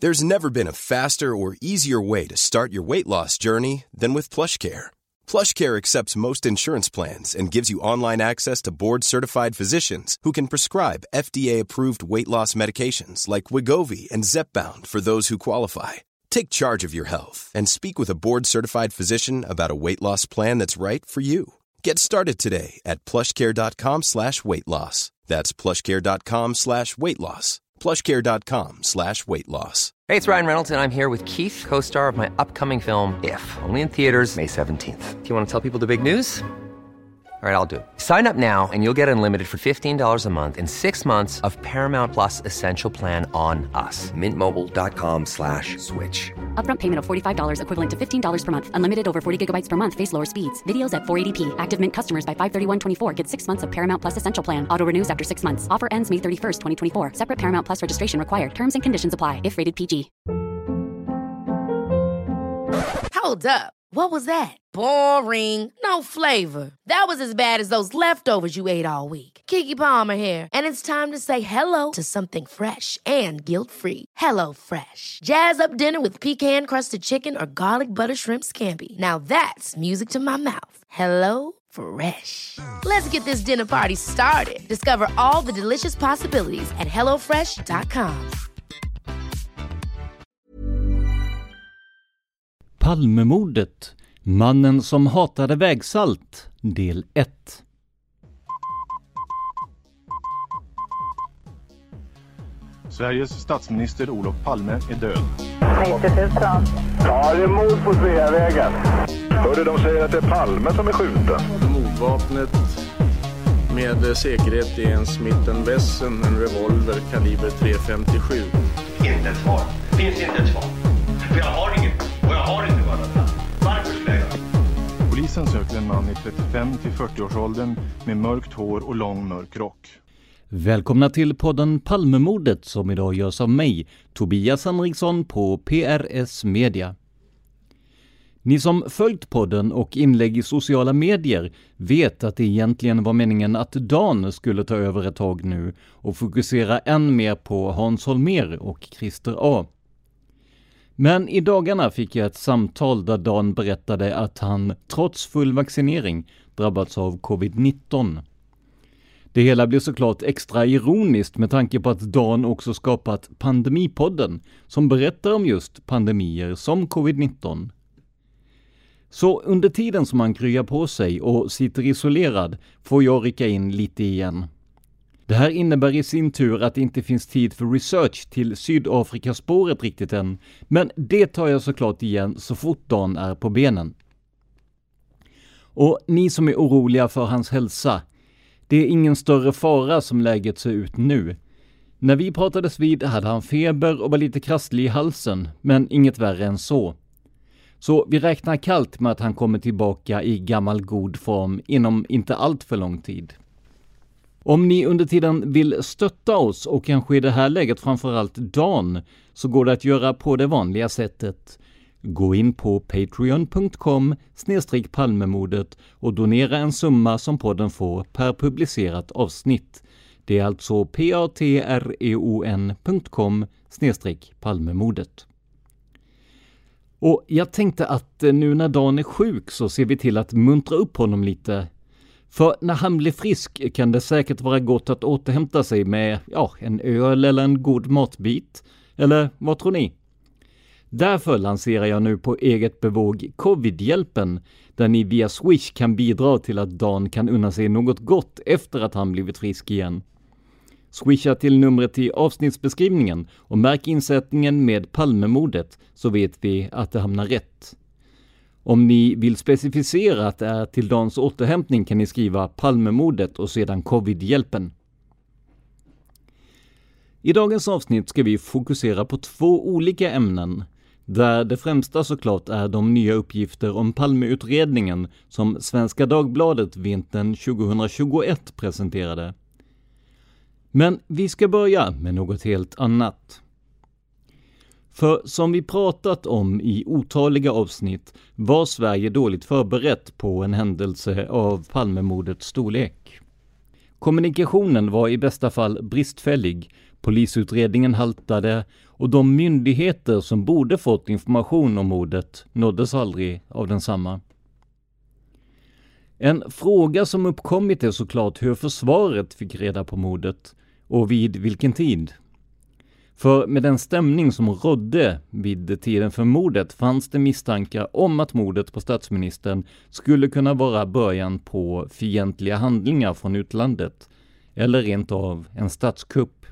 There's never been a faster or easier way to start your weight loss journey than with PlushCare. PlushCare accepts most insurance plans and gives you online access to board-certified physicians who can prescribe FDA-approved weight loss medications like Wegovy and Zepbound for those who qualify. Take charge of your health and speak with a board-certified physician about a weight loss plan that's right for you. Get started today at plushcare.com/weightloss. That's plushcare.com/weightloss. plushcare.com/weightloss. Hey, it's Ryan Reynolds, and I'm here with Keith, co-star of my upcoming film, If, only in theaters May 17th. Do you want to tell people the big news? All right, I'll do it. Sign up now and you'll get unlimited for $15 a month and 6 months of Paramount Plus Essential Plan on us. MintMobile.com/switch. Upfront payment of $45 equivalent to $15 per month. Unlimited over 40 gigabytes per month. Face lower speeds. Videos at 480p. Active Mint customers by 531.24 get 6 months of Paramount Plus Essential Plan. Auto renews after 6 months. Offer ends May 31st, 2024. Separate Paramount Plus registration required. Terms and conditions apply if rated PG. Hold up. What was that? Boring. No flavor. That was as bad as those leftovers you ate all week. Keke Palmer here, and it's time to say hello to something fresh and guilt-free. Hello Fresh. Jazz up dinner with pecan-crusted chicken or garlic butter shrimp scampi. Now that's music to my mouth. Hello Fresh. Let's get this dinner party started. Discover all the delicious possibilities at hellofresh.com. Palmemordet, mannen som hatade vägsalt, del 1. Sveriges statsminister Olof Palme är död. 90 000. Ja, det är mord på Sveavägen. Hörde de säger att det är Palme som är skjuten. Mordvapnet med säkerhet är en Smith & Wesson, en revolver kaliber .357. Inte ett svar. Finns inte ett svar. För jag har inget. Och jag har inte varit. Varför skulle jag? Polisen söker en man i 35 till 40-årsåldern med mörkt hår och lång mörk rock. Välkomna till podden Palmemordet som idag görs av mig, Tobias Henriksson på PRS Media. Ni som följt podden och inlägg i sociala medier vet att det egentligen var meningen att Dan skulle ta över ett tag nu och fokusera än mer på Hans Holmér och Christer A. Men i dagarna fick jag ett samtal där Dan berättade att han trots full vaccinering drabbats av covid-19. Det hela blir såklart extra ironiskt med tanke på att Dan också skapat Pandemipodden som berättar om just pandemier som covid-19. Så under tiden som han kryar på sig och sitter isolerad får jag rycka in lite igen. Det här innebär i sin tur att det inte finns tid för research till Sydafrikaspåret riktigt än, men det tar jag såklart igen så fort Dan är på benen. Och ni som är oroliga för hans hälsa, det är ingen större fara som läget ser ut nu. När vi pratades vid hade han feber och var lite krasslig i halsen, men inget värre än så. Så vi räknar kallt med att han kommer tillbaka i gammal god form inom inte allt för lång tid. Om ni under tiden vill stötta oss och kanske i det här läget framförallt Dan så går det att göra på det vanliga sättet. Gå in på patreon.com/palmemordet och donera en summa som podden får per publicerat avsnitt. Det är alltså patreon.com/palmemordet. Och jag tänkte att nu när Dan är sjuk så ser vi till att muntra upp honom lite. För när han blir frisk kan det säkert vara gott att återhämta sig med en öl eller en god matbit. Eller vad tror ni? Därför lanserar jag nu på eget bevåg Covid-hjälpen där ni via Swish kan bidra till att Dan kan unna sig något gott efter att han blivit frisk igen. Swisha till numret i avsnittsbeskrivningen och märk insättningen med Palmemordet så vet vi att det hamnar rätt. Om ni vill specificera att det är till Dans återhämtning kan ni skriva Palmemordet och sedan Covid-hjälpen. I dagens avsnitt ska vi fokusera på 2 olika ämnen, där det främsta såklart är de nya uppgifter om Palmeutredningen som Svenska Dagbladet vintern 2021 presenterade. Men vi ska börja med något helt annat. För som vi pratat om i otaliga avsnitt var Sverige dåligt förberett på en händelse av Palmemordets storlek. Kommunikationen var i bästa fall bristfällig, Polisutredningen haltade och de myndigheter som borde fått information om mordet nåddes aldrig av densamma. En fråga som uppkommit är såklart hur försvaret fick reda på mordet och vid vilken tid. För med den stämning som rådde vid tiden för mordet fanns det misstankar om att mordet på statsministern skulle kunna vara början på fientliga handlingar från utlandet eller rent av en statskupp.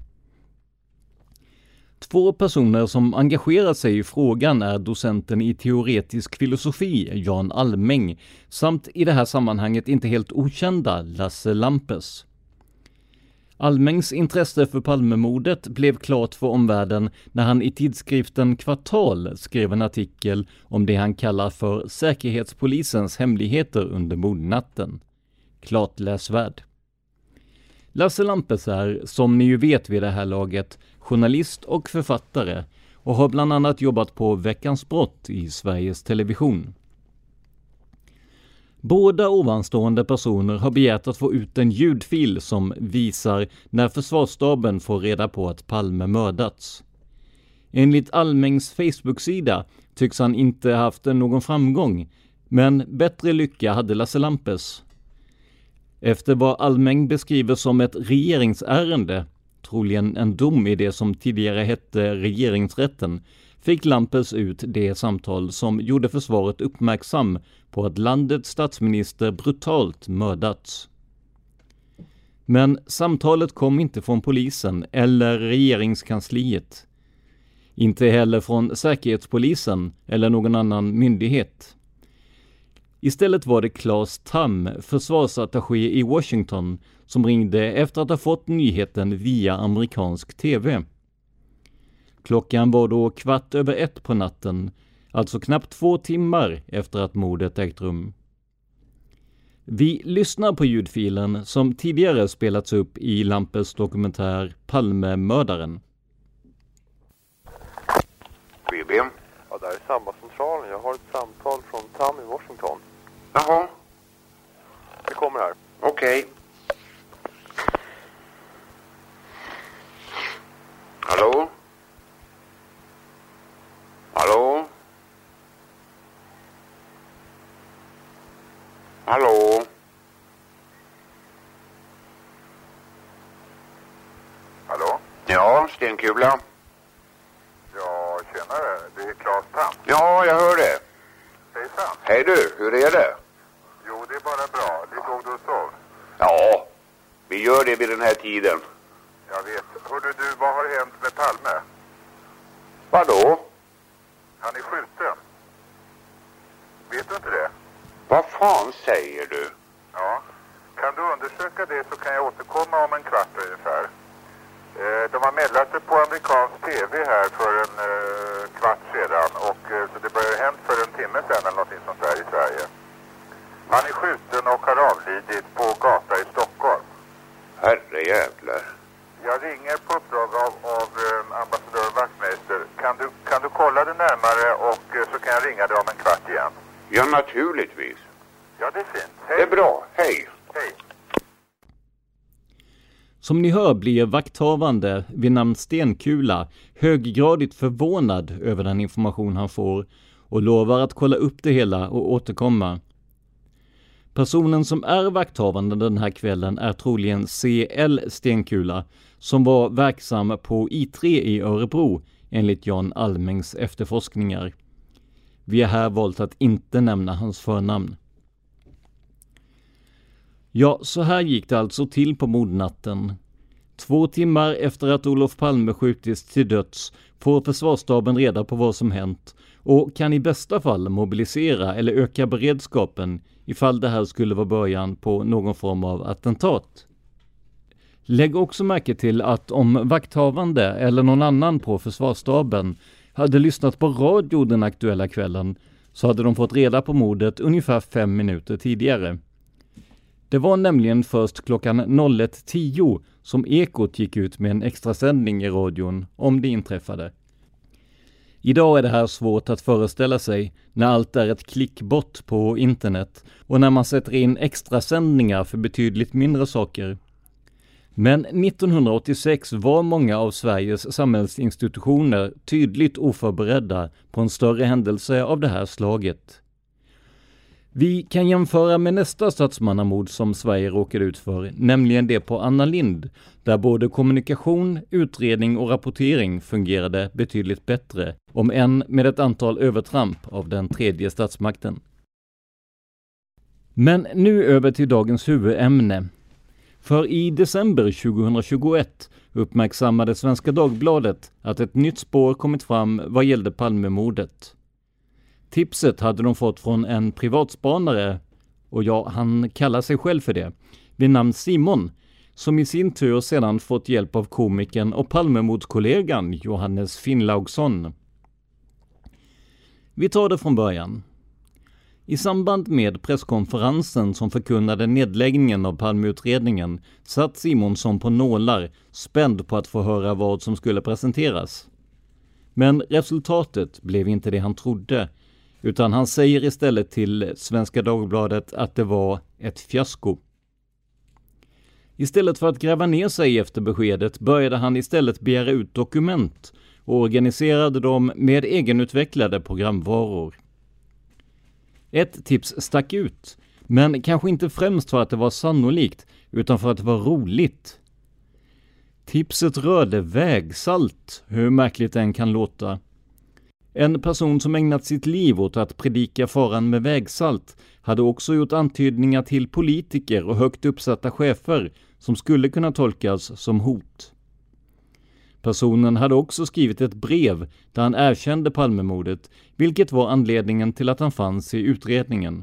2 personer som engagerat sig i frågan är docenten i teoretisk filosofi Jan Almeng samt i det här sammanhanget inte helt okända Lasse Lampes. Almengs intresse för Palmemordet blev klart för omvärlden när han i tidskriften Kvartal skrev en artikel om det han kallar för Säkerhetspolisens hemligheter under mordnatten. Klart läsvärd. Lasse Lampes är, som ni ju vet vid det här laget, journalist och författare och har bland annat jobbat på Veckans brott i Sveriges Television. Båda ovanstående personer har begärt att få ut en ljudfil som visar när försvarsstaben får reda på att Palme mördats. Enligt Almengs Facebook-sida tycks han inte haft någon framgång, men bättre lycka hade Lasse Lampes. Efter vad Almeng beskriver som ett regeringsärende, troligen en dom i det som tidigare hette regeringsrätten, fick Lampes ut det samtal som gjorde försvaret uppmärksam på att landets statsminister brutalt mördats. Men samtalet kom inte från polisen eller regeringskansliet. Inte heller från säkerhetspolisen eller någon annan myndighet. Istället var det Claes Tam, försvarsattaché i Washington, som ringde efter att ha fått nyheten via amerikansk tv. Klockan var då 1:15 på natten, alltså knappt 2 timmar efter att mordet ägt rum. Vi lyssnar på ljudfilen som tidigare spelats upp i Lampes dokumentär Palmemördaren. BB? Ja, där är sambandscentralen. Jag har ett samtal från Tam i Washington. Jaha. Det kommer här. Okej. Hallå? Hallå? Hallå? Hallå? Ja, Stenkula. Ja, tjenare. Det är Claes Tam. Ja, jag hör det. Hejsan. Hej du, hur är det? Jo, det är bara bra. Det låg du och sov. Ja, vi gör det vid den här tiden. Jag vet. Hörde du, vad har hänt med Palme? Vadå? Han är skjuten. Vet du inte det? Vad fan säger du? Ja. Kan du undersöka det så kan jag återkomma om en kvart ungefär. De har meddelat det på amerikansk tv här för en kvart sedan. Och så det började hänt för en timme sedan eller något sånt där i Sverige. Han är skjuten och har avlidit på gata i Stockholm. Herre jävlar. Jag ringer på uppdrag av ambassadör Wachtmeister. Kan du kolla det närmare och så kan jag ringa dig om en kvart igen? Ja, naturligtvis. Ja, det är fint. Hej. Det är bra. Hej. Hej. Som ni hör blir vakthavande vid namn Stenkula höggradigt förvånad över den information han får och lovar att kolla upp det hela och återkomma. Personen som är vakthavande den här kvällen är troligen CL Stenkula som var verksam på I3 i Örebro enligt Jan Almengs efterforskningar. Vi har här valt att inte nämna hans förnamn. Ja, så här gick det alltså till på mordnatten. 2 timmar efter att Olof Palme skjutits till döds får försvarsstaben reda på vad som hänt och kan i bästa fall mobilisera eller öka beredskapen ifall det här skulle vara början på någon form av attentat. Lägg också märke till att om vakthavande eller någon annan på försvarsstaben hade lyssnat på radio den aktuella kvällen så hade de fått reda på mordet ungefär 5 minuter tidigare. Det var nämligen först klockan 01:10 som Ekot gick ut med en extrasändning i radion om det inträffade. Idag är det här svårt att föreställa sig när allt är ett klick bort på internet och när man sätter in extrasändningar för betydligt mindre saker. Men 1986 var många av Sveriges samhällsinstitutioner tydligt oförberedda på en större händelse av det här slaget. Vi kan jämföra med nästa statsmannamord som Sverige råkade ut för, nämligen det på Anna Lindh, där både kommunikation, utredning och rapportering fungerade betydligt bättre, om än med ett antal övertramp av den tredje statsmakten. Men nu över till dagens huvudämne. För i december 2021 uppmärksammade Svenska Dagbladet att ett nytt spår kommit fram vad gällde Palmemordet. Tipset hade de fått från en privatspanare, och ja, han kallar sig själv för det, vid namn Simon, som i sin tur sedan fått hjälp av komikern och Palmemordskollegan Johannes Finnlaugsson. Vi tar det från början. I samband med presskonferensen som förkunnade nedläggningen av Palmeutredningen satt Simonsson på nålar, spänd på att få höra vad som skulle presenteras. Men resultatet blev inte det han trodde, utan han säger istället till Svenska Dagbladet att det var ett fiasko. Istället för att gräva ner sig efter beskedet började han istället begära ut dokument och organiserade dem med egenutvecklade programvaror. Ett tips stack ut, men kanske inte främst för att det var sannolikt utan för att det var roligt. Tipset rörde vägsalt, hur märkligt den kan låta. En person som ägnat sitt liv åt att predika faran med vägsalt hade också gjort antydningar till politiker och högt uppsatta chefer som skulle kunna tolkas som hot. Personen hade också skrivit ett brev där han erkände Palmemordet, vilket var anledningen till att han fanns i utredningen.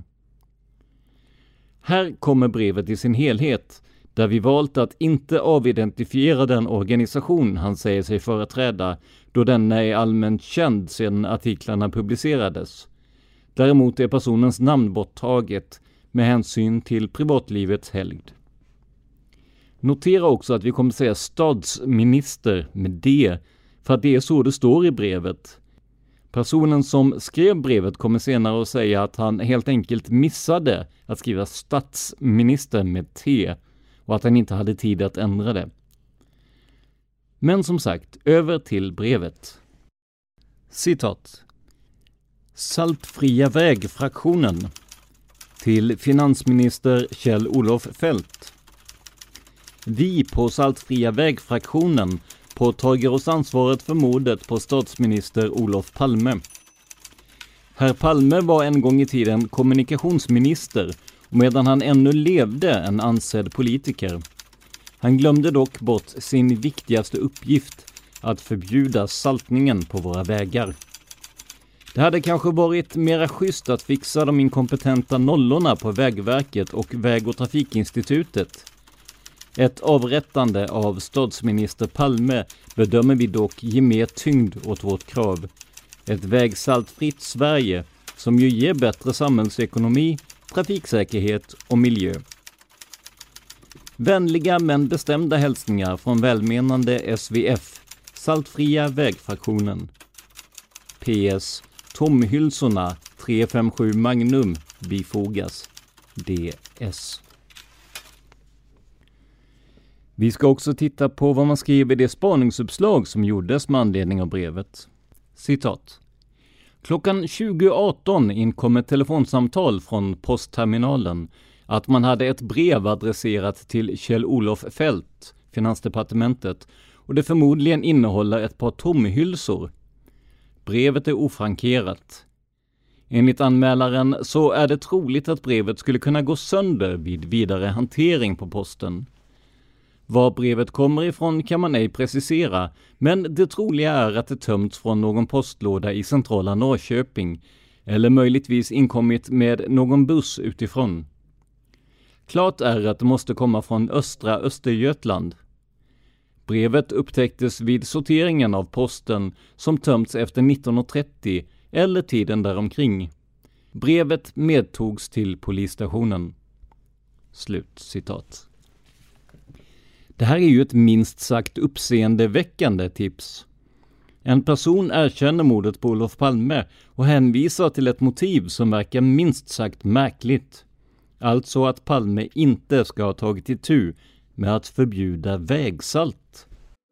Här kommer brevet i sin helhet, där vi valt att inte avidentifiera den organisation han säger sig företräda, då denna är allmänt känd sedan artiklarna publicerades. Däremot är personens namn borttaget med hänsyn till privatlivets helgd. Notera också att vi kommer säga statsminister med D, för att det är så det står i brevet. Personen som skrev brevet kommer senare att säga att han helt enkelt missade att skriva statsminister med T och att han inte hade tid att ändra det. Men som sagt, över till brevet. Citat. Saltfria vägfraktionen till finansminister Kjell-Olof Feldt. Vi på Saltfria vägfraktionen påtager oss ansvaret för mordet på statsminister Olof Palme. Herr Palme var en gång i tiden kommunikationsminister och medan han ännu levde en ansedd politiker. Han glömde dock bort sin viktigaste uppgift, att förbjuda saltningen på våra vägar. Det hade kanske varit mera schysst att fixa de inkompetenta nollorna på Vägverket och Väg- och trafikinstitutet. Ett avrättande av statsminister Palme bedömer vi dock ge mer tyngd åt vårt krav. Ett vägsaltfritt Sverige som ju ger bättre samhällsekonomi, trafiksäkerhet och miljö. Vänliga men bestämda hälsningar från välmenande SVF, Saltfria vägfraktionen. PS, tomhylsorna 357 Magnum bifogas. DS. Vi ska också titta på vad man skriver i det spaningsuppslag som gjordes med anledning av brevet. Citat. Klockan 20.18 inkom ett telefonsamtal från postterminalen att man hade ett brev adresserat till Kjell-Olof Feldt, Finansdepartementet, och det förmodligen innehåller ett par tomhylsor. Brevet är ofrankerat. Enligt anmälaren så är det troligt att brevet skulle kunna gå sönder vid vidare hantering på posten. Var brevet kommer ifrån kan man ej precisera, men det troliga är att det tömts från någon postlåda i centrala Norrköping eller möjligtvis inkommit med någon buss utifrån. Klart är att det måste komma från östra Östergötland. Brevet upptäcktes vid sorteringen av posten som tömts efter 19:30 eller tiden däromkring. Brevet medtogs till polisstationen. Slut citat. Det här är ju ett minst sagt uppseendeväckande tips. En person erkänner mordet på Olof Palme och hänvisar till ett motiv som verkar minst sagt märkligt. Alltså att Palme inte ska ha tagit itu med att förbjuda vägsalt.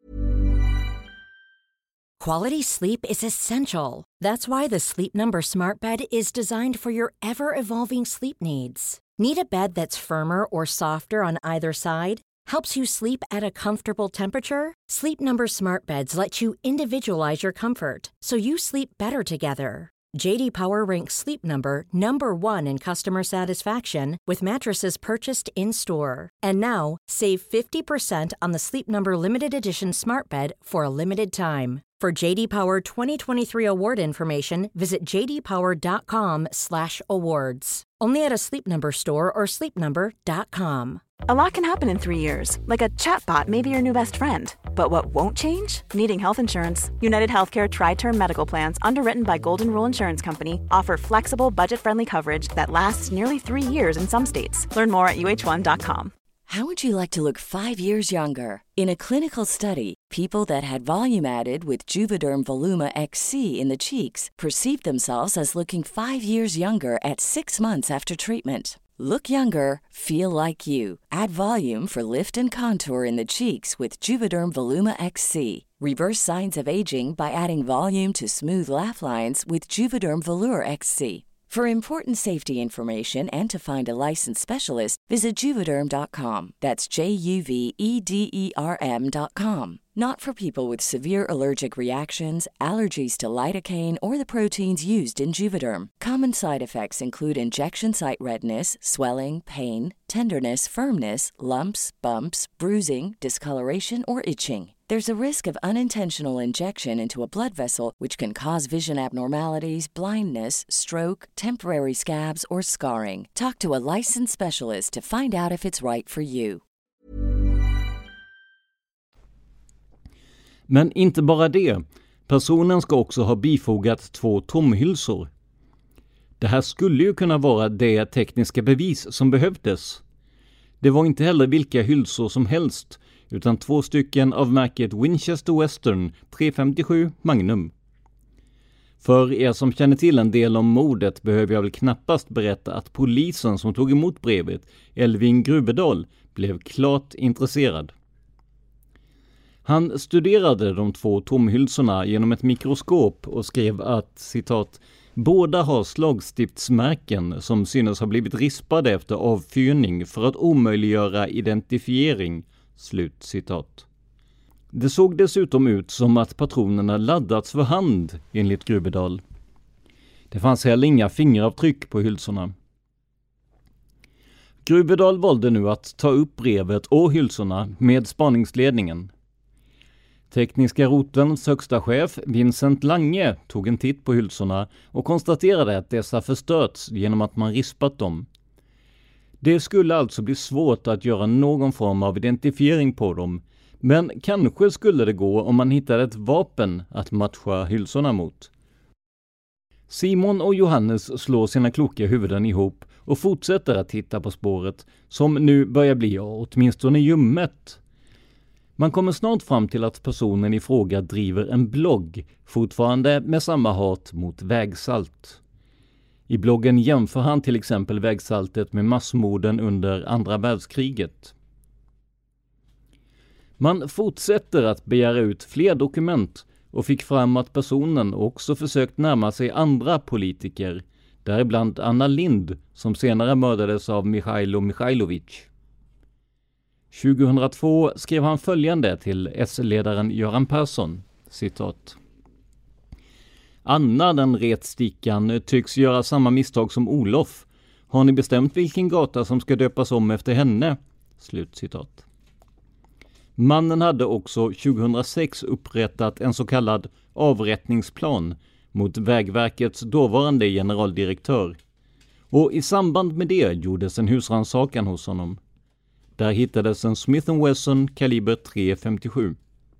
Quality sleep is essential. That's why the Sleep Number Smart Bed is designed for your ever-evolving sleep needs. Need a bed that's firmer or softer on either side? Helps you sleep at a comfortable temperature? Sleep Number Smart Beds let you individualize your comfort, so you sleep better together. J.D. Power ranks Sleep Number #1 in customer satisfaction with mattresses purchased in-store. And now, save 50% on the Sleep Number Limited Edition Smart Bed for a limited time. For JD Power 2023 award information, visit jdpower.com/awards. Only at a Sleep Number store or sleepnumber.com. A lot can happen in 3 years, like a chatbot may be your new best friend. But what won't change? Needing health insurance. United Healthcare Tri-Term Medical Plans, underwritten by Golden Rule Insurance Company, offer flexible, budget-friendly coverage that lasts nearly 3 years in some states. Learn more at uh1.com. How would you like to look 5 years younger? In a clinical study, people that had volume added with Juvederm Voluma XC in the cheeks perceived themselves as looking 5 years younger at 6 months after treatment. Look younger, feel like you. Add volume for lift and contour in the cheeks with Juvederm Voluma XC. Reverse signs of aging by adding volume to smooth laugh lines with Juvederm Volure XC. For important safety information and to find a licensed specialist, visit Juvederm.com. That's JUVEDERM.com. Not for people with severe allergic reactions, allergies to lidocaine, or the proteins used in Juvederm. Common side effects include injection site redness, swelling, pain, tenderness, firmness, lumps, bumps, bruising, discoloration, or itching. There's a risk of unintentional injection into a blood vessel, which can cause vision abnormalities, blindness, stroke, temporary scabs, or scarring. Talk to a licensed specialist to find out if it's right for you. Men inte bara det. Personen ska också ha bifogat 2 tomhylsor. Det här skulle ju kunna vara det tekniska bevis som behövdes. Det var inte heller vilka hylsor som helst, utan 2 stycken av märket Winchester Western 357 Magnum. För er som känner till en del om mordet behöver jag väl knappast berätta att polisen som tog emot brevet, Elvin Gruvedal, blev klart intresserad. Han studerade de 2 tomhylsorna genom ett mikroskop och skrev att, citat, båda har slagstiftsmärken som synes ha blivit rispade efter avfyrning för att omöjliggöra identifiering. Slut citat. Det såg dessutom ut som att patronerna laddats för hand, enligt Gruvedal. Det fanns heller inga fingeravtryck på hylsorna. Gruvedal valde nu att ta upp brevet och hylsorna med spaningsledningen. Tekniska rotens högsta chef, Vincent Lange, tog en titt på hylsorna och konstaterade att dessa förstörts genom att man rispat dem. Det skulle alltså bli svårt att göra någon form av identifiering på dem, men kanske skulle det gå om man hittade ett vapen att matcha hylsorna mot. Simon och Johannes slår sina kloka huvuden ihop och fortsätter att titta på spåret, som nu börjar bli åtminstone ljummet. Man kommer snart fram till att personen i fråga driver en blogg, fortfarande med samma hat mot vägsalt. I bloggen jämför han till exempel vägsaltet med massmorden under andra världskriget. Man fortsätter att begära ut fler dokument och fick fram att personen också försökt närma sig andra politiker, däribland Anna Lindh som senare mördades av Mikhailo Mikhailovich. 2002 skrev han följande till S-ledaren Göran Persson, citat. Anna, den retstickan, tycks göra samma misstag som Olof. Har ni bestämt vilken gata som ska döpas om efter henne? Slut citat. Mannen hade också 2006 upprättat en så kallad avrättningsplan mot Vägverkets dåvarande generaldirektör. Och i samband med det gjordes en husrannsakan hos honom. Där hittades en Smith & Wesson kaliber .357.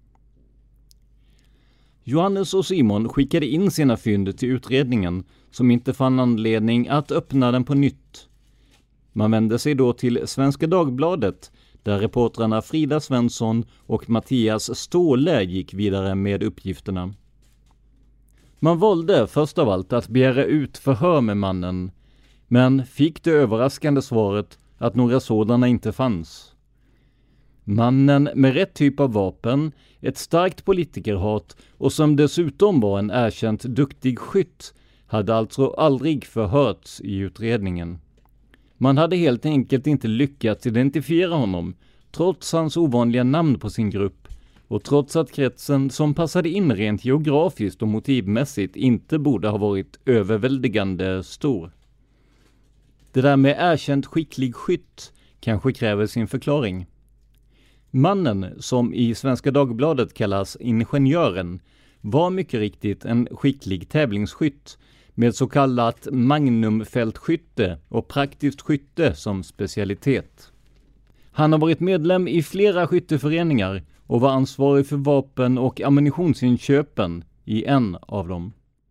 Johannes och Simon skickade in sina fynd till utredningen som inte fann anledning att öppna den på nytt. Man vände sig då till Svenska Dagbladet där reportrarna Frida Svensson och Mattias Ståhle gick vidare med uppgifterna. Man valde först av allt att begära ut förhör med mannen, men fick det överraskande svaret att några sådana inte fanns. Mannen med rätt typ av vapen, ett starkt politikerhat och som dessutom var en erkänt duktig skytt hade alltså aldrig förhörts i utredningen. Man hade helt enkelt inte lyckats identifiera honom, trots hans ovanliga namn på sin grupp och trots att kretsen som passade in rent geografiskt och motivmässigt inte borde ha varit överväldigande stor. Det där med erkänt skicklig skytt kanske kräver sin förklaring. Mannen, som i Svenska Dagbladet kallas Ingenjören, var mycket riktigt en skicklig tävlingsskytt med så kallat magnumfältskytte och praktiskt skytte som specialitet. Han har varit medlem i flera skytteföreningar och var ansvarig för vapen- och ammunitionsinköpen i en av dem.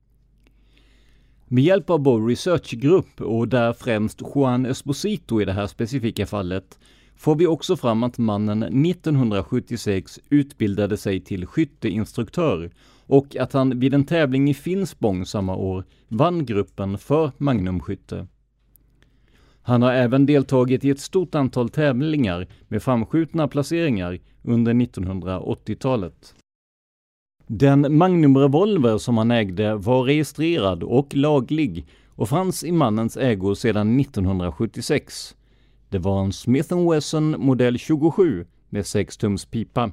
Med hjälp av vår researchgrupp och där främst Juan Esposito i det här specifika fallet får vi också fram att mannen 1976 utbildade sig till skytteinstruktör och att han vid en tävling i Finspång samma år vann gruppen för magnumskytte. Han har även deltagit i ett stort antal tävlingar med framskjutna placeringar under 1980-talet. Den magnumrevolver som han ägde var registrerad och laglig och fanns i mannens ägo sedan 1976. Det var en Smith & Wesson modell 27 med 6 tums pipa.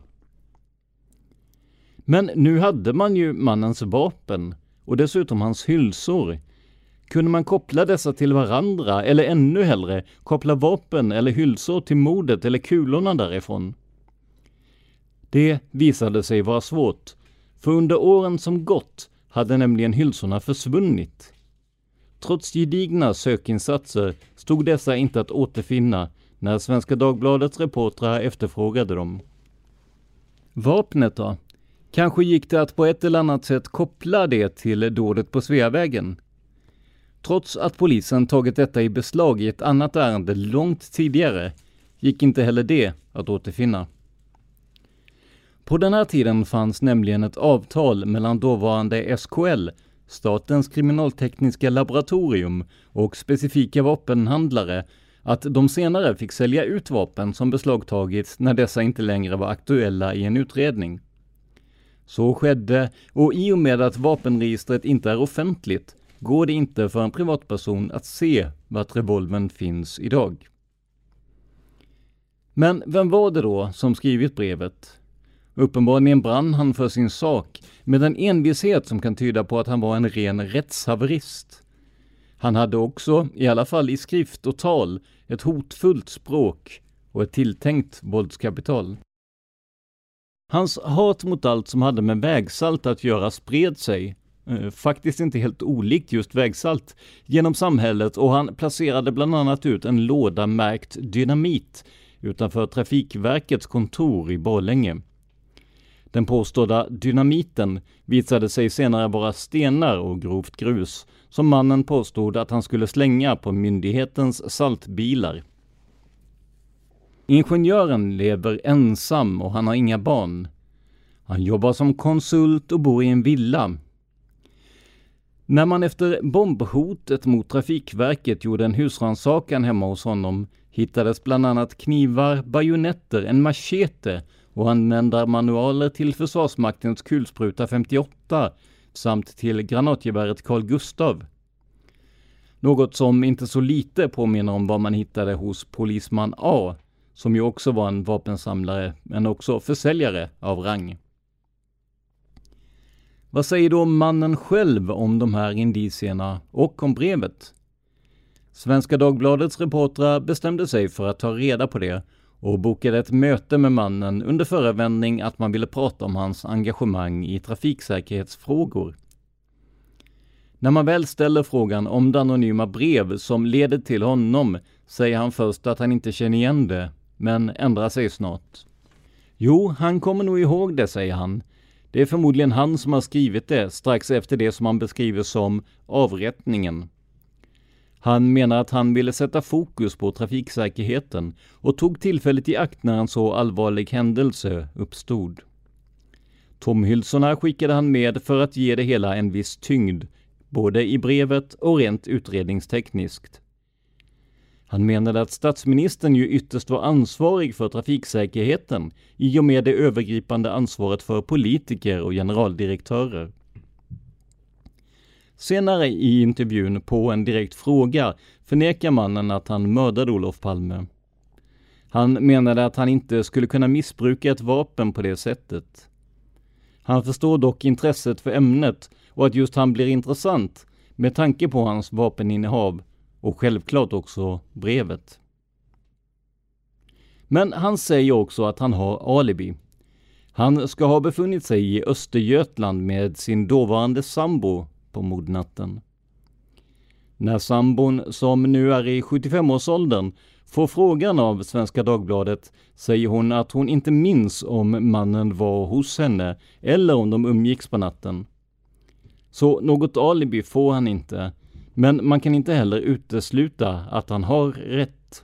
Men nu hade man ju mannens vapen och dessutom hans hylsor. Kunde man koppla dessa till varandra eller ännu hellre koppla vapen eller hylsor till mordet eller kulorna därifrån? Det visade sig vara svårt, för under åren som gått hade nämligen hylsorna försvunnit. Trots gedigna sökinsatser stod dessa inte att återfinna när Svenska Dagbladets reportrar efterfrågade dem. Vapnet då? Kanske gick det att på ett eller annat sätt koppla det till dådet på Sveavägen. Trots att polisen tagit detta i beslag i ett annat ärende långt tidigare gick inte heller det att återfinna. På den här tiden fanns nämligen ett avtal mellan dåvarande SKL, Statens kriminaltekniska laboratorium, och specifika vapenhandlare att de senare fick sälja ut vapen som beslagtagits när dessa inte längre var aktuella i en utredning. Så skedde, och i och med att vapenregistret inte är offentligt går det inte för en privatperson att se vart revolvern finns idag. Men vem var det då som skrivit brevet? Uppenbarligen brann han för sin sak med en envishet som kan tyda på att han var en ren rättshaverist. Han hade också, i alla fall i skrift och tal, ett hotfullt språk och ett tilltänkt våldskapital. Hans hat mot allt som hade med vägsalt att göra spred sig, faktiskt inte helt olikt just vägsalt, genom samhället, och han placerade bland annat ut en låda märkt dynamit utanför Trafikverkets kontor i Borlänge. Den påstådda dynamiten visade sig senare vara stenar och grovt grus som mannen påstod att han skulle slänga på myndighetens saltbilar. Ingenjören lever ensam och han har inga barn. Han jobbar som konsult och bor i en villa. När man efter bombhotet mot Trafikverket gjorde en husrannsakan hemma hos honom hittades bland annat knivar, bajonetter, en machete och användarmanualer till Försvarsmaktens kulspruta 58 samt till granatgeväret Carl Gustav. Något som inte så lite påminner om vad man hittade hos polisman A, som ju också var en vapensamlare men också försäljare av rang. Vad säger då mannen själv om de här indicierna och om brevet? Svenska Dagbladets reportrar bestämde sig för att ta reda på det och bokade ett möte med mannen under förevändning att man ville prata om hans engagemang i trafiksäkerhetsfrågor. När man väl ställer frågan om det anonyma brev som leder till honom säger han först att han inte känner igen det, men ändrar sig snart. Jo, han kommer nog ihåg det, säger han. Det är förmodligen han som har skrivit det strax efter det som han beskriver som avrättningen. Han menar att han ville sätta fokus på trafiksäkerheten och tog tillfället i akt när en så allvarlig händelse uppstod. Tomhylsorna skickade han med för att ge det hela en viss tyngd, både i brevet och rent utredningstekniskt. Han menade att statsministern ju ytterst var ansvarig för trafiksäkerheten i och med det övergripande ansvaret för politiker och generaldirektörer. Senare i intervjun på en direkt fråga förnekar mannen att han mördade Olof Palme. Han menade att han inte skulle kunna missbruka ett vapen på det sättet. Han förstår dock intresset för ämnet och att just han blir intressant med tanke på hans vapeninnehav och självklart också brevet. Men han säger också att han har alibi. Han ska ha befunnit sig i Östergötland med sin dåvarande sambo på mordnatten. När sambon, som nu är i 75-årsåldern, får frågan av Svenska Dagbladet säger hon att hon inte minns om mannen var hos henne eller om de umgicks på natten. Så något alibi får han inte, men man kan inte heller utesluta att han har rätt.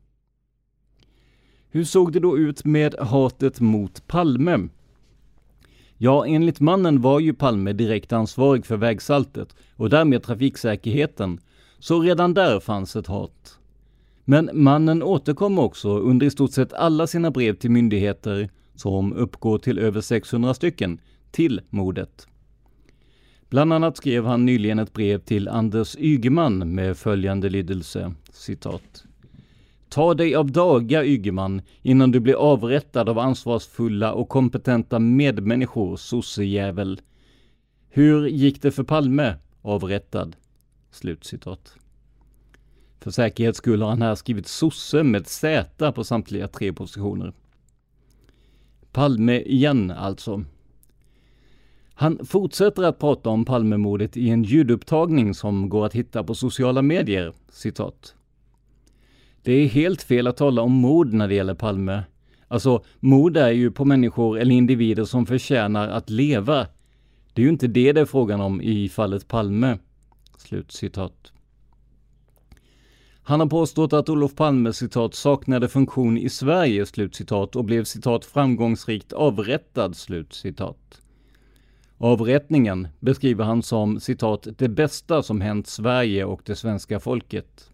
Hur såg det då ut med hatet mot Palme? Ja, enligt mannen var ju Palme direkt ansvarig för vägsaltet och därmed trafiksäkerheten, så redan där fanns ett hat. Men mannen återkom också under i stort sett alla sina brev till myndigheter, som uppgår till över 600 stycken, till mordet. Bland annat skrev han nyligen ett brev till Anders Ygeman med följande lydelse, citat: "Ta dig av daga, Ygeman, innan du blir avrättad av ansvarsfulla och kompetenta medmänniskor, sossejävel. Hur gick det för Palme? Avrättad." Slutcitat. För säkerhets skull har han här skrivit sosse med Z på samtliga 3 positioner. Palme igen alltså. Han fortsätter att prata om Palmemordet i en ljudupptagning som går att hitta på sociala medier, citat: "Det är helt fel att tala om mord när det gäller Palme. Alltså, mord är ju på människor eller individer som förtjänar att leva. Det är ju inte det är frågan om i fallet Palme." Slutcitat. Han har påstått att Olof Palme, citat, saknade funktion i Sverige, slutcitat, och blev, citat, framgångsrikt avrättad, slutcitat. Avrättningen beskriver han som, citat, det bästa som hänt Sverige och det svenska folket.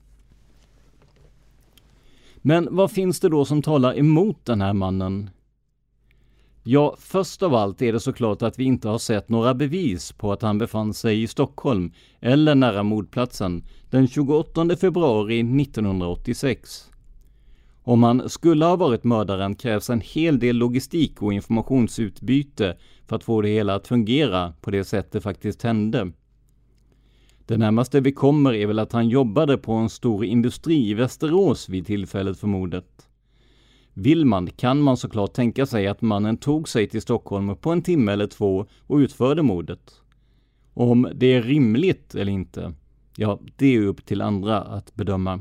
Men vad finns det då som talar emot den här mannen? Ja, först av allt är det såklart att vi inte har sett några bevis på att han befann sig i Stockholm eller nära mordplatsen den 28 februari 1986. Om han skulle ha varit mördaren krävs en hel del logistik och informationsutbyte för att få det hela att fungera på det sätt det faktiskt hände. Det närmaste vi kommer är väl att han jobbade på en stor industri i Västerås vid tillfället för mordet. Kan man såklart tänka sig att mannen tog sig till Stockholm på en timme eller 2 och utförde mordet. Om det är rimligt eller inte, ja, det är upp till andra att bedöma.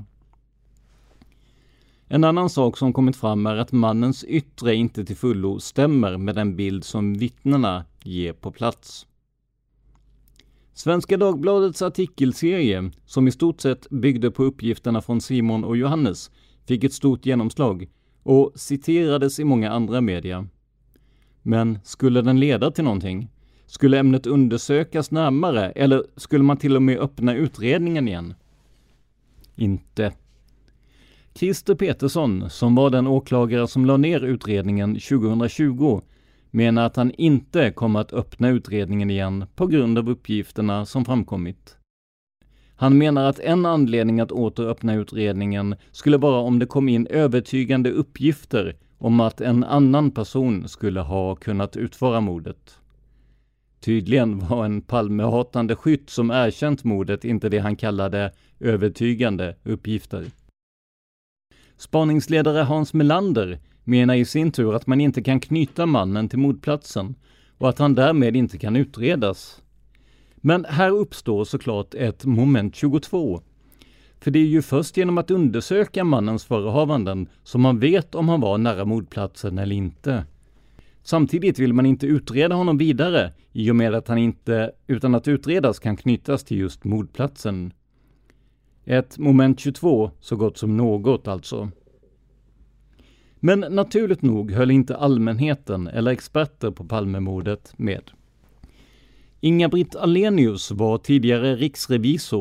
En annan sak som kommit fram är att mannens yttre inte till fullo stämmer med den bild som vittnena ger på plats. Svenska Dagbladets artikelserie, som i stort sett byggde på uppgifterna från Simon och Johannes, fick ett stort genomslag och citerades i många andra media. Men skulle den leda till någonting? Skulle ämnet undersökas närmare eller skulle man till och med öppna utredningen igen? Inte. Christer Petersson, som var den åklagare som la ner utredningen 2020, menar att han inte kommer att öppna utredningen igen på grund av uppgifterna som framkommit. Han menar att en anledning att åter öppna utredningen skulle vara om det kom in övertygande uppgifter om att en annan person skulle ha kunnat utföra mordet. Tydligen var en Palmehatande skytt som erkänt mordet inte det han kallade övertygande uppgifter. Spaningsledare Hans Melander menar i sin tur att man inte kan knyta mannen till mordplatsen och att han därmed inte kan utredas. Men här uppstår såklart ett moment 22. För det är ju först genom att undersöka mannens förehavanden som man vet om han var nära mordplatsen eller inte. Samtidigt vill man inte utreda honom vidare i och med att han inte utan att utredas kan knytas till just mordplatsen. Ett moment 22 så gott som något alltså. Men naturligt nog höll inte allmänheten eller experter på Palmemordet med. Inga-Britt Ahlenius var tidigare riksrevisor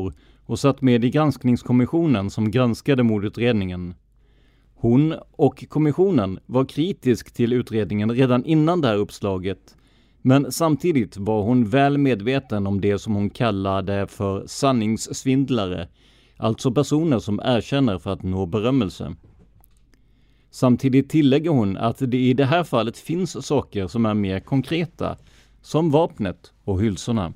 och satt med i granskningskommissionen som granskade mordutredningen. Hon och kommissionen var kritisk till utredningen redan innan det här uppslaget, men samtidigt var hon väl medveten om det som hon kallade för sanningssvindlare, alltså personer som erkänner för att nå berömmelse. Samtidigt tillägger hon att det i det här fallet finns saker som är mer konkreta, som vapnet och hylsorna.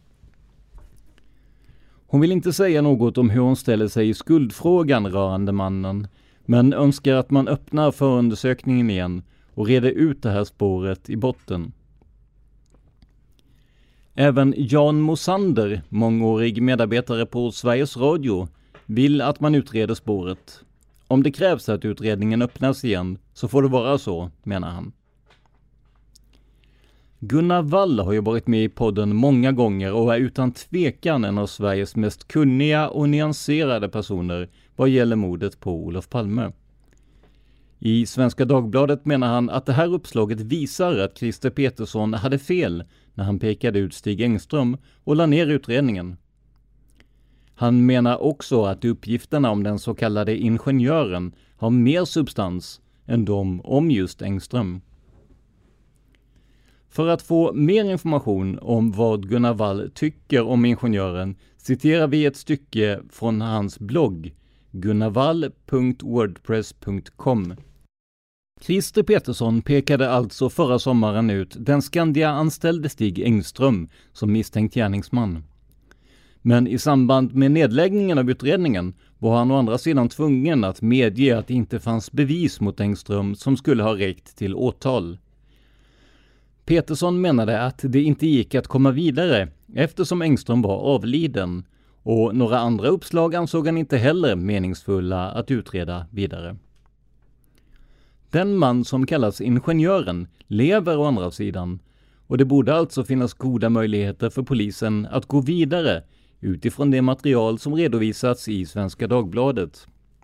Hon vill inte säga något om hur hon ställer sig i skuldfrågan rörande mannen, men önskar att man öppnar förundersökningen igen och reder ut det här spåret i botten. Även Jan Mosander, mångårig medarbetare på Sveriges Radio, vill att man utreder spåret. Om det krävs att utredningen öppnas igen så får det vara så, menar han. Gunnar Wall har ju varit med i podden många gånger och är utan tvekan en av Sveriges mest kunniga och nyanserade personer vad gäller mordet på Olof Palme. I Svenska Dagbladet menar han att det här uppslaget visar att Christer Petersson hade fel när han pekade ut Stig Engström och la ner utredningen. Han menar också att uppgifterna om den så kallade ingenjören har mer substans än de om just Engström. För att få mer information om vad Gunnar Wall tycker om ingenjören citerar vi ett stycke från hans blogg gunnarwall.wordpress.com. Christer Petersson pekade alltså förra sommaren ut den Skandia-anställde Stig Engström som misstänkt gärningsman. Men i samband med nedläggningen av utredningen var han å andra sidan tvungen att medge att det inte fanns bevis mot Engström som skulle ha räckt till åtal. Petersson menade att det inte gick att komma vidare eftersom Engström var avliden, och några andra uppslag ansåg han inte heller meningsfulla att utreda vidare. Den man som kallas ingenjören lever å andra sidan, och det borde alltså finnas goda möjligheter för polisen att gå vidare utifrån det material som redovisats i Svenska Dagbladet.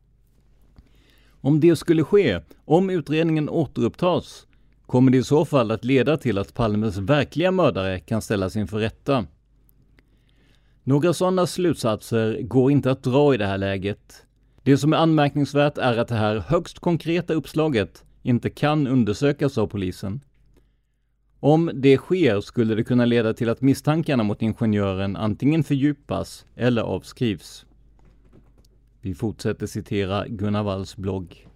Om det skulle ske, om utredningen återupptas, kommer det i så fall att leda till att Palmes verkliga mördare kan ställas inför rätta. Några sådana slutsatser går inte att dra i det här läget. Det som är anmärkningsvärt är att det här högst konkreta uppslaget inte kan undersökas av polisen. Om det sker skulle det kunna leda till att misstankarna mot ingenjören antingen fördjupas eller avskrivs. Vi fortsätter citera Gunnar Walls blogg.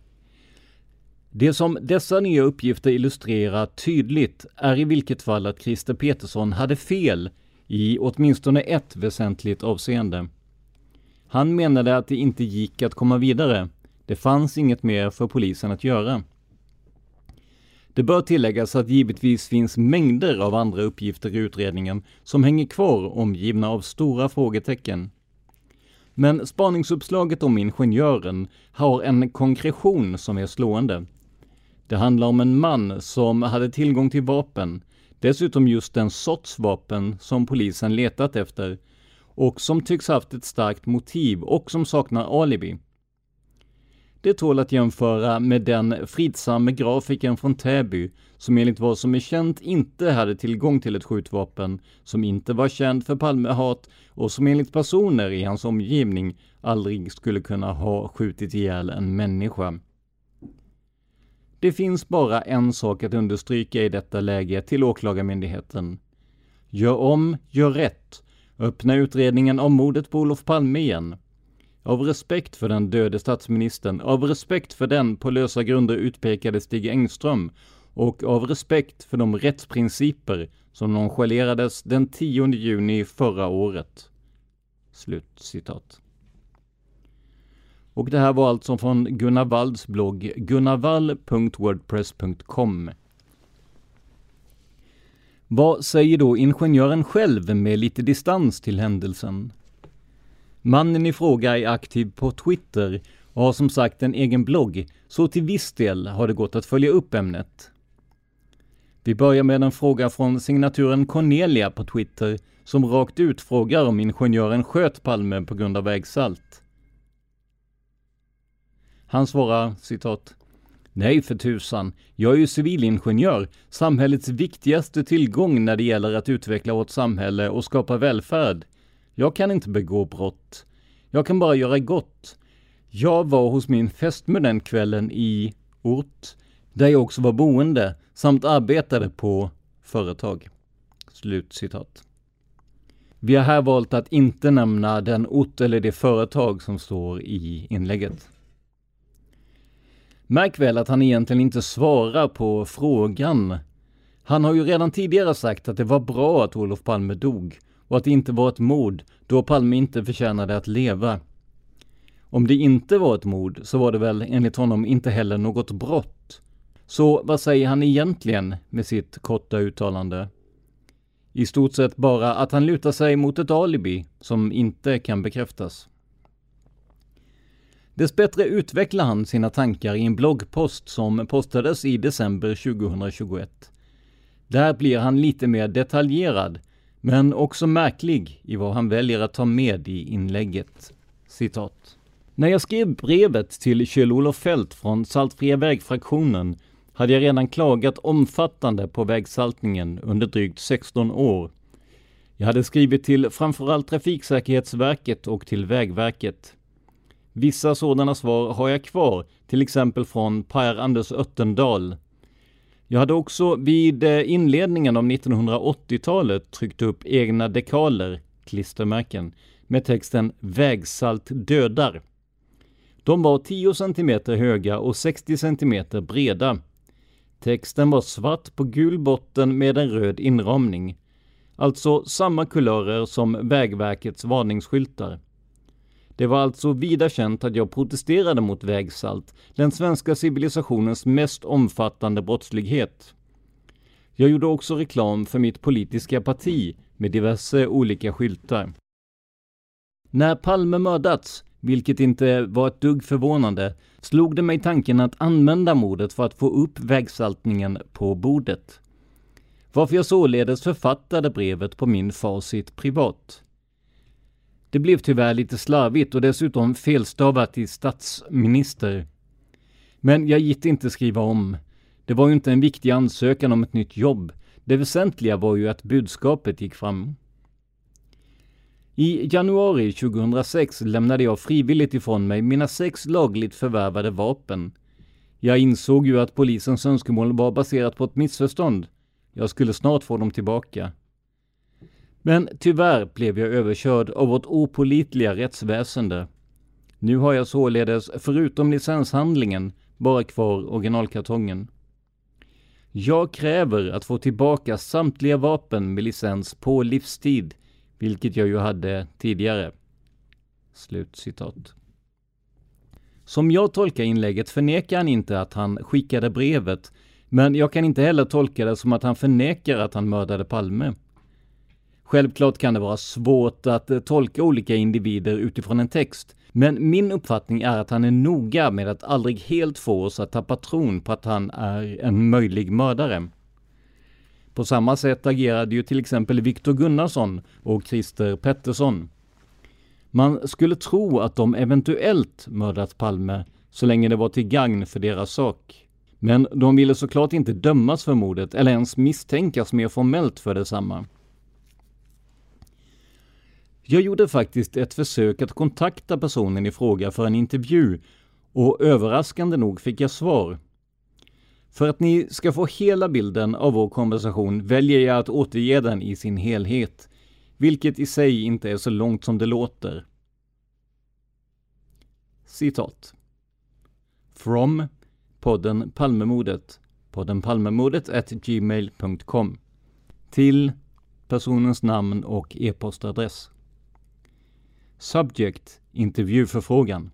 Det som dessa nya uppgifter illustrerar tydligt är i vilket fall att Christer Petersson hade fel i åtminstone ett väsentligt avseende. Han menade att det inte gick att komma vidare. Det fanns inget mer för polisen att göra. Det bör tilläggas att givetvis finns mängder av andra uppgifter i utredningen som hänger kvar omgivna av stora frågetecken. Men spaningsuppslaget om ingenjören har en konkretion som är slående. Det handlar om en man som hade tillgång till vapen, dessutom just den sorts vapen som polisen letat efter, och som tycks haft ett starkt motiv och som saknar alibi. Det tål att jämföra med den fridsamme grafiken från Täby som enligt vad som är känt inte hade tillgång till ett skjutvapen, som inte var känd för Palmehat och som enligt personer i hans omgivning aldrig skulle kunna ha skjutit ihjäl en människa. Det finns bara en sak att understryka i detta läge till åklagarmyndigheten. Gör om, gör rätt. Öppna utredningen om mordet på Olof Palme igen. Av respekt för den döde statsministern, av respekt för den på lösa grunder utpekade Stig Engström och av respekt för de rättsprinciper som nonchalerades den 10 juni förra året. Slut citat. Och det här var alltså från Gunnar Walls blogg gunnarwall.wordpress.com. Vad säger då ingenjören själv med lite distans till händelsen? Mannen i fråga är aktiv på Twitter och har som sagt en egen blogg, så till viss del har det gått att följa upp ämnet. Vi börjar med en fråga från signaturen Cornelia på Twitter som rakt ut frågar om ingenjören sköt Palme på grund av vägsalt. Han svarar, citat, nej för tusan, jag är ju civilingenjör, samhällets viktigaste tillgång när det gäller att utveckla vårt samhälle och skapa välfärd. Jag kan inte begå brott. Jag kan bara göra gott. Jag var hos min fästmö den kvällen i ort där jag också var boende samt arbetade på företag. Slutcitat. Vi har här valt att inte nämna den ort eller det företag som står i inlägget. Märk väl att han egentligen inte svarar på frågan. Han har ju redan tidigare sagt att det var bra att Olof Palme dog och att det inte var ett mord då Palme inte förtjänade att leva. Om det inte var ett mord så var det väl enligt honom inte heller något brott. Så vad säger han egentligen med sitt korta uttalande? I stort sett bara att han lutar sig mot ett alibi som inte kan bekräftas. Dessbättre utvecklar han sina tankar i en bloggpost som postades i december 2021. Där blir han lite mer detaljerad, men också märklig i vad han väljer att ta med i inlägget. Citat. När jag skrev brevet till Kjell-Olof Fält från Saltfria vägfraktionen hade jag redan klagat omfattande på vägsaltningen under drygt 16 år. Jag hade skrivit till framförallt Trafiksäkerhetsverket och till Vägverket. Vissa sådana svar har jag kvar, till exempel från Per Anders Öttendal. Jag hade också vid inledningen av 1980-talet tryckt upp egna dekaler, klistermärken, med texten "Vägsalt dödar". De var 10 cm höga och 60 cm breda. Texten var svart på gul botten med en röd inramning. Alltså samma kulörer som Vägverkets varningsskyltar. Det var alltså vida känt att jag protesterade mot vägsalt, den svenska civilisationens mest omfattande brottslighet. Jag gjorde också reklam för mitt politiska parti med diverse olika skyltar. När Palme mördats, vilket inte var ett dugg förvånande, slog det mig tanken att använda mordet för att få upp vägsaltningen på bordet. Varför jag således författade brevet på min facit privat. Det blev tyvärr lite slarvigt och dessutom felstavat i statsminister. Men jag gick inte skriva om. Det var ju inte en viktig ansökan om ett nytt jobb. Det väsentliga var ju att budskapet gick fram. I januari 2006 lämnade jag frivilligt ifrån mig mina 6 lagligt förvärvade vapen. Jag insåg ju att polisens önskemål var baserat på ett missförstånd. Jag skulle snart få dem tillbaka. Men tyvärr blev jag överkörd av vårt opålitliga rättsväsende. Nu har jag således, förutom licenshandlingen, bara kvar originalkartongen. Jag kräver att få tillbaka samtliga vapen med licens på livstid, vilket jag ju hade tidigare. Slutcitat. Som jag tolkar inlägget förnekar han inte att han skickade brevet, men jag kan inte heller tolka det som att han förnekar att han mördade Palme. Självklart kan det vara svårt att tolka olika individer utifrån en text, men min uppfattning är att han är noga med att aldrig helt få oss att tappa tron på att han är en möjlig mördare. På samma sätt agerade ju till exempel Viktor Gunnarsson och Christer Pettersson. Man skulle tro att de eventuellt mördat Palme så länge det var till gagn för deras sak. Men de ville såklart inte dömas för mordet eller ens misstänkas mer formellt för detsamma. Jag gjorde faktiskt ett försök att kontakta personen i fråga för en intervju och överraskande nog fick jag svar. För att ni ska få hela bilden av vår konversation väljer jag att återge den i sin helhet, vilket i sig inte är så långt som det låter. Citat. From podden Palmemordet, poddenpalmemordet@gmail.com. Till personens namn och e-postadress. Subject, intervjuförfrågan.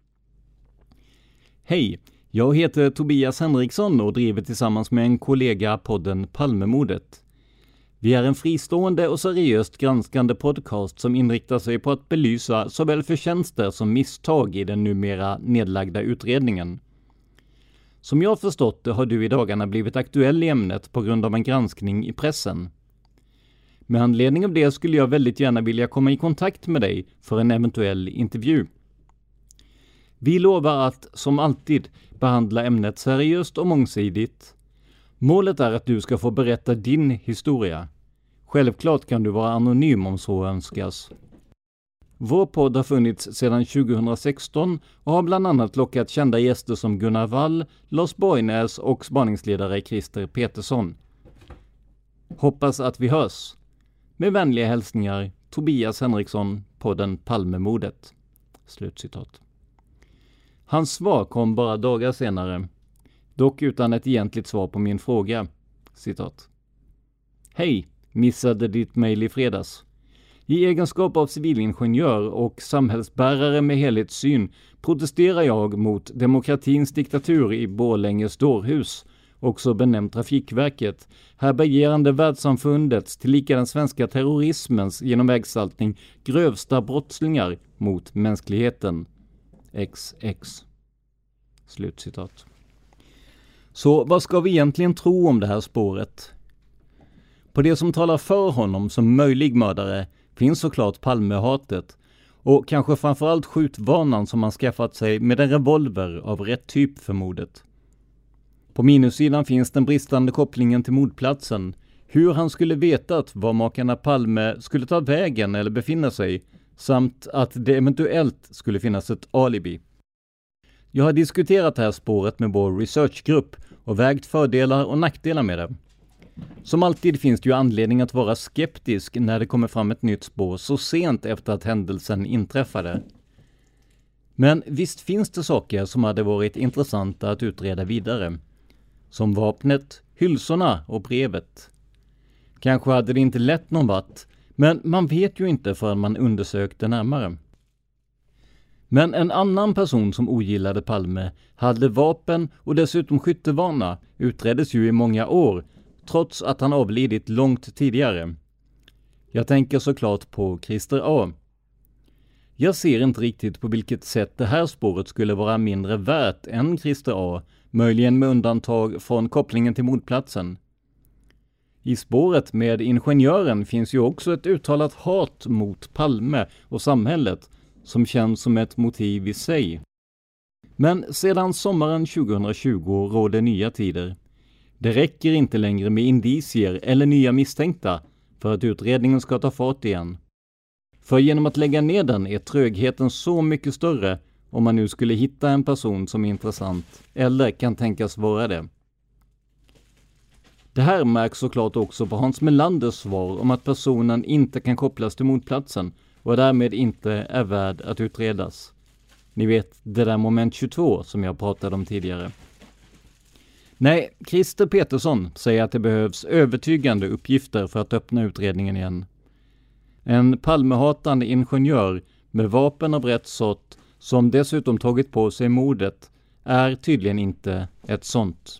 Hej, jag heter Tobias Henriksson och driver tillsammans med en kollega podden Palmemordet. Vi är en fristående och seriöst granskande podcast som inriktar sig på att belysa såväl förtjänster som misstag i den numera nedlagda utredningen. Som jag förstått det har du i dagarna blivit aktuell i ämnet på grund av en granskning i pressen. Med anledning av det skulle jag väldigt gärna vilja komma i kontakt med dig för en eventuell intervju. Vi lovar att, som alltid, behandla ämnet seriöst och mångsidigt. Målet är att du ska få berätta din historia. Självklart kan du vara anonym om så önskas. Vår podd har funnits sedan 2016 och har bland annat lockat kända gäster som Gunnar Wall, Lars Borgnäs och spaningsledare Christer Petersson. Hoppas att vi hörs. Med vänliga hälsningar, Tobias Henriksson, podden Palmemordet. Slutcitat. Hans svar kom bara dagar senare, dock utan ett egentligt svar på min fråga. Citat. Hej, missade ditt mejl i fredags. I egenskap av civilingenjör och samhällsbärare med helhetssyn protesterar jag mot demokratins diktatur i Borlänges dårhus, också benämnt Trafikverket, härbärgerande världssamfundets tillika den svenska terrorismens genom vägsaltning grövsta brottslingar mot mänskligheten. XX. Slutcitat. Så vad ska vi egentligen tro om det här spåret? På det som talar för honom som möjlig mördare finns såklart Palmehatet och kanske framförallt skjutvanan som han skaffat sig med en revolver av rätt typ för mordet. På minussidan finns den bristande kopplingen till mordplatsen, hur han skulle vetat var makarna Palme skulle ta vägen eller befinna sig, samt att det eventuellt skulle finnas ett alibi. Jag har diskuterat det här spåret med vår researchgrupp och vägt fördelar och nackdelar med det. Som alltid finns det ju anledning att vara skeptisk när det kommer fram ett nytt spår så sent efter att händelsen inträffade. Men visst finns det saker som hade varit intressanta att utreda vidare. Som vapnet, hylsorna och brevet. Kanske hade det inte lett någon vart, men man vet ju inte förrän man undersökte närmare. Men en annan person som ogillade Palme hade vapen och dessutom skyttevana utreddes ju i många år, trots att han avlidit långt tidigare. Jag tänker såklart på Christer A. Jag ser inte riktigt på vilket sätt det här spåret skulle vara mindre värt än Christer A, möjligen med undantag från kopplingen till mordplatsen. I spåret med ingenjören finns ju också ett uttalat hat mot Palme och samhället som känns som ett motiv i sig. Men sedan sommaren 2020 råder nya tider. Det räcker inte längre med indicier eller nya misstänkta för att utredningen ska ta fart igen. För genom att lägga ner den är trögheten så mycket större om man nu skulle hitta en person som är intressant eller kan tänkas vara det. Det här märks såklart också på Hans Melanders svar om att personen inte kan kopplas till mordplatsen och därmed inte är värd att utredas. Ni vet det där moment 22 som jag pratade om tidigare. Nej, Christer Petersson säger att det behövs övertygande uppgifter för att öppna utredningen igen. En Palmehatande ingenjör med vapen av rätt sort som dessutom tagit på sig mordet är tydligen inte ett sånt.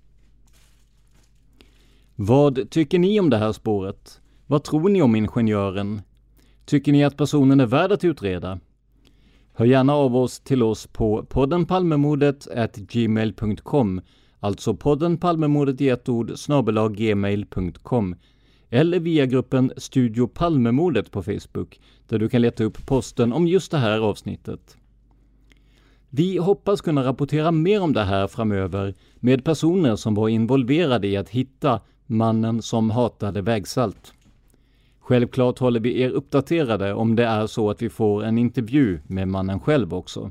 Vad tycker ni om det här spåret? Vad tror ni om ingenjören? Tycker ni att personen är värd att utreda? Hör gärna av oss till oss på poddenpalmemordet@gmail.com, alltså poddenpalmemordet i ett ord @gmail.com, eller via gruppen Studio Palmemordet på Facebook, där du kan leta upp posten om just det här avsnittet. Vi hoppas kunna rapportera mer om det här framöver med personer som var involverade i att hitta mannen som hatade vägsalt. Självklart håller vi er uppdaterade om det är så att vi får en intervju med mannen själv också.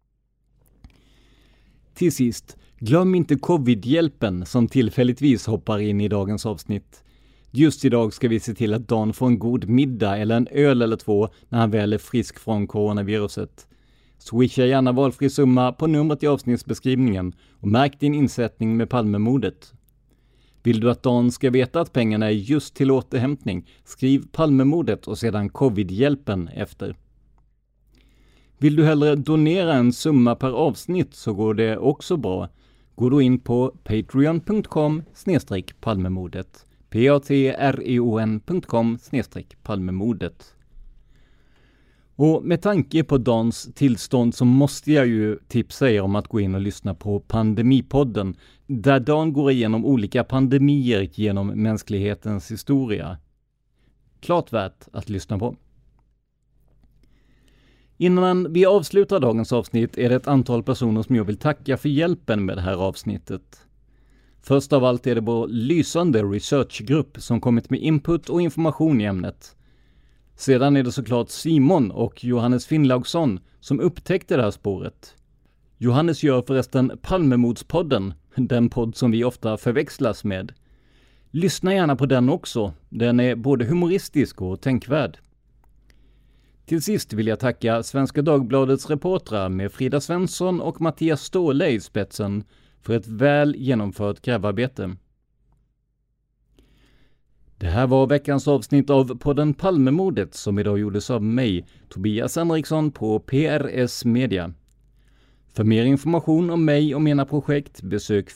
Till sist, glöm inte covid-hjälpen som tillfälligtvis hoppar in i dagens avsnitt. Just idag ska vi se till att Dan får en god middag eller en öl eller två när han väl är frisk från coronaviruset. Swisha gärna valfri summa på numret i avsnittsbeskrivningen och märk din insättning med Palmemordet. Vill du att Dan ska veta att pengarna är just till återhämtning, skriv Palmemordet och sedan covid-hjälpen efter. Vill du hellre donera en summa per avsnitt så går det också bra. Gå då in på patreon.com/palmemordet. patreon.com/palmemordet. Och med tanke på Dans tillstånd så måste jag ju tipsa er om att gå in och lyssna på Pandemipodden, där Dan går igenom olika pandemier genom mänsklighetens historia. Klart värt att lyssna på. Innan vi avslutar dagens avsnitt är det ett antal personer som jag vill tacka för hjälpen med det här avsnittet. Först av allt är det vår lysande researchgrupp som kommit med input och information i ämnet. Sedan är det såklart Simon och Johannes Finnlaugsson som upptäckte det här spåret. Johannes gör förresten Palmemordspodden, den podd som vi ofta förväxlas med. Lyssna gärna på den också, den är både humoristisk och tänkvärd. Till sist vill jag tacka Svenska Dagbladets reportrar med Frida Svensson och Mattias Ståhle i spetsen för ett väl genomfört grävarbete. Det här var veckans avsnitt av podden Palmemordet som idag gjordes av mig, Tobias Henriksson på PRS Media. För mer information om mig och mina projekt besök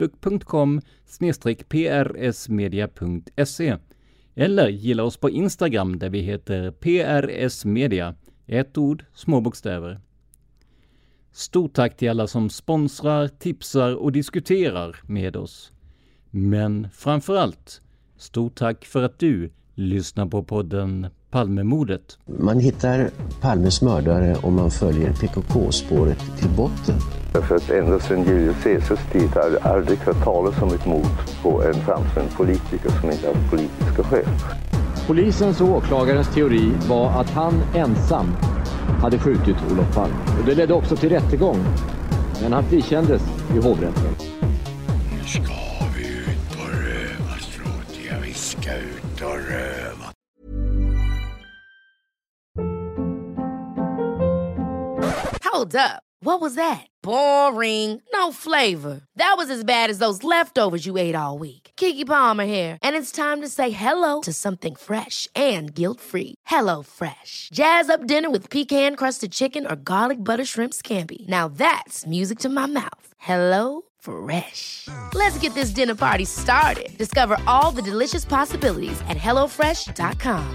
facebook.com/prsmedia.se eller gilla oss på Instagram där vi heter PRS Media, ett ord, små bokstäver. Stort tack till alla som sponsrar, tipsar och diskuterar med oss. Men framförallt, stort tack för att du lyssnar på podden Palmemordet. Man hittar Palmes mördare om man följer PKK-spåret till botten. För att ända sedan Julius Caesars tid har det aldrig hört talas om ett mord på en framstående politiker som inte haft politiska skäl. Polisens och åklagarens teori var att han ensam hade skjutit Olof Palme. Och det ledde också till rättegång. Men han frikändes i hovrätten. Nu ska vi ut på rövarstråt. Ja, vi ska ut och röva. Hold up. What was that? Boring. No flavor. That was as bad as those leftovers you ate all week. Keke Palmer here, and it's time to say hello to something fresh and guilt-free. Hello Fresh. Jazz up dinner with pecan-crusted chicken or garlic butter shrimp scampi. Now that's music to my mouth. Hello Fresh. Let's get this dinner party started. Discover all the delicious possibilities at hellofresh.com.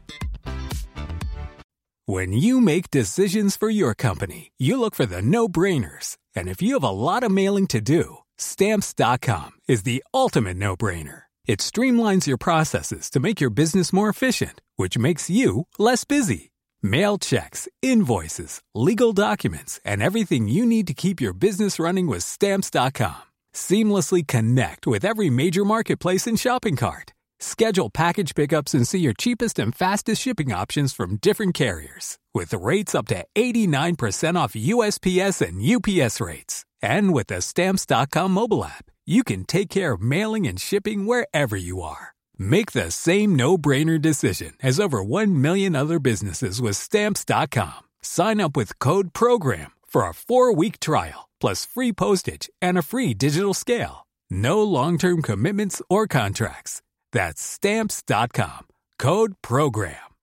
When you make decisions for your company, you look for the no-brainers. And if you have a lot of mailing to do, Stamps.com is the ultimate no-brainer. It streamlines your processes to make your business more efficient, which makes you less busy. Mail checks, invoices, legal documents, and everything you need to keep your business running with Stamps.com. Seamlessly connect with every major marketplace and shopping cart. Schedule package pickups and see your cheapest and fastest shipping options from different carriers. With rates up to 89% off USPS and UPS rates. And with the Stamps.com mobile app, you can take care of mailing and shipping wherever you are. Make the same no-brainer decision as over 1 million other businesses with Stamps.com. Sign up with code PROGRAM for a 4-week trial, plus free postage and a free digital scale. No long-term commitments or contracts. That's Stamps.com. Code PROGRAM.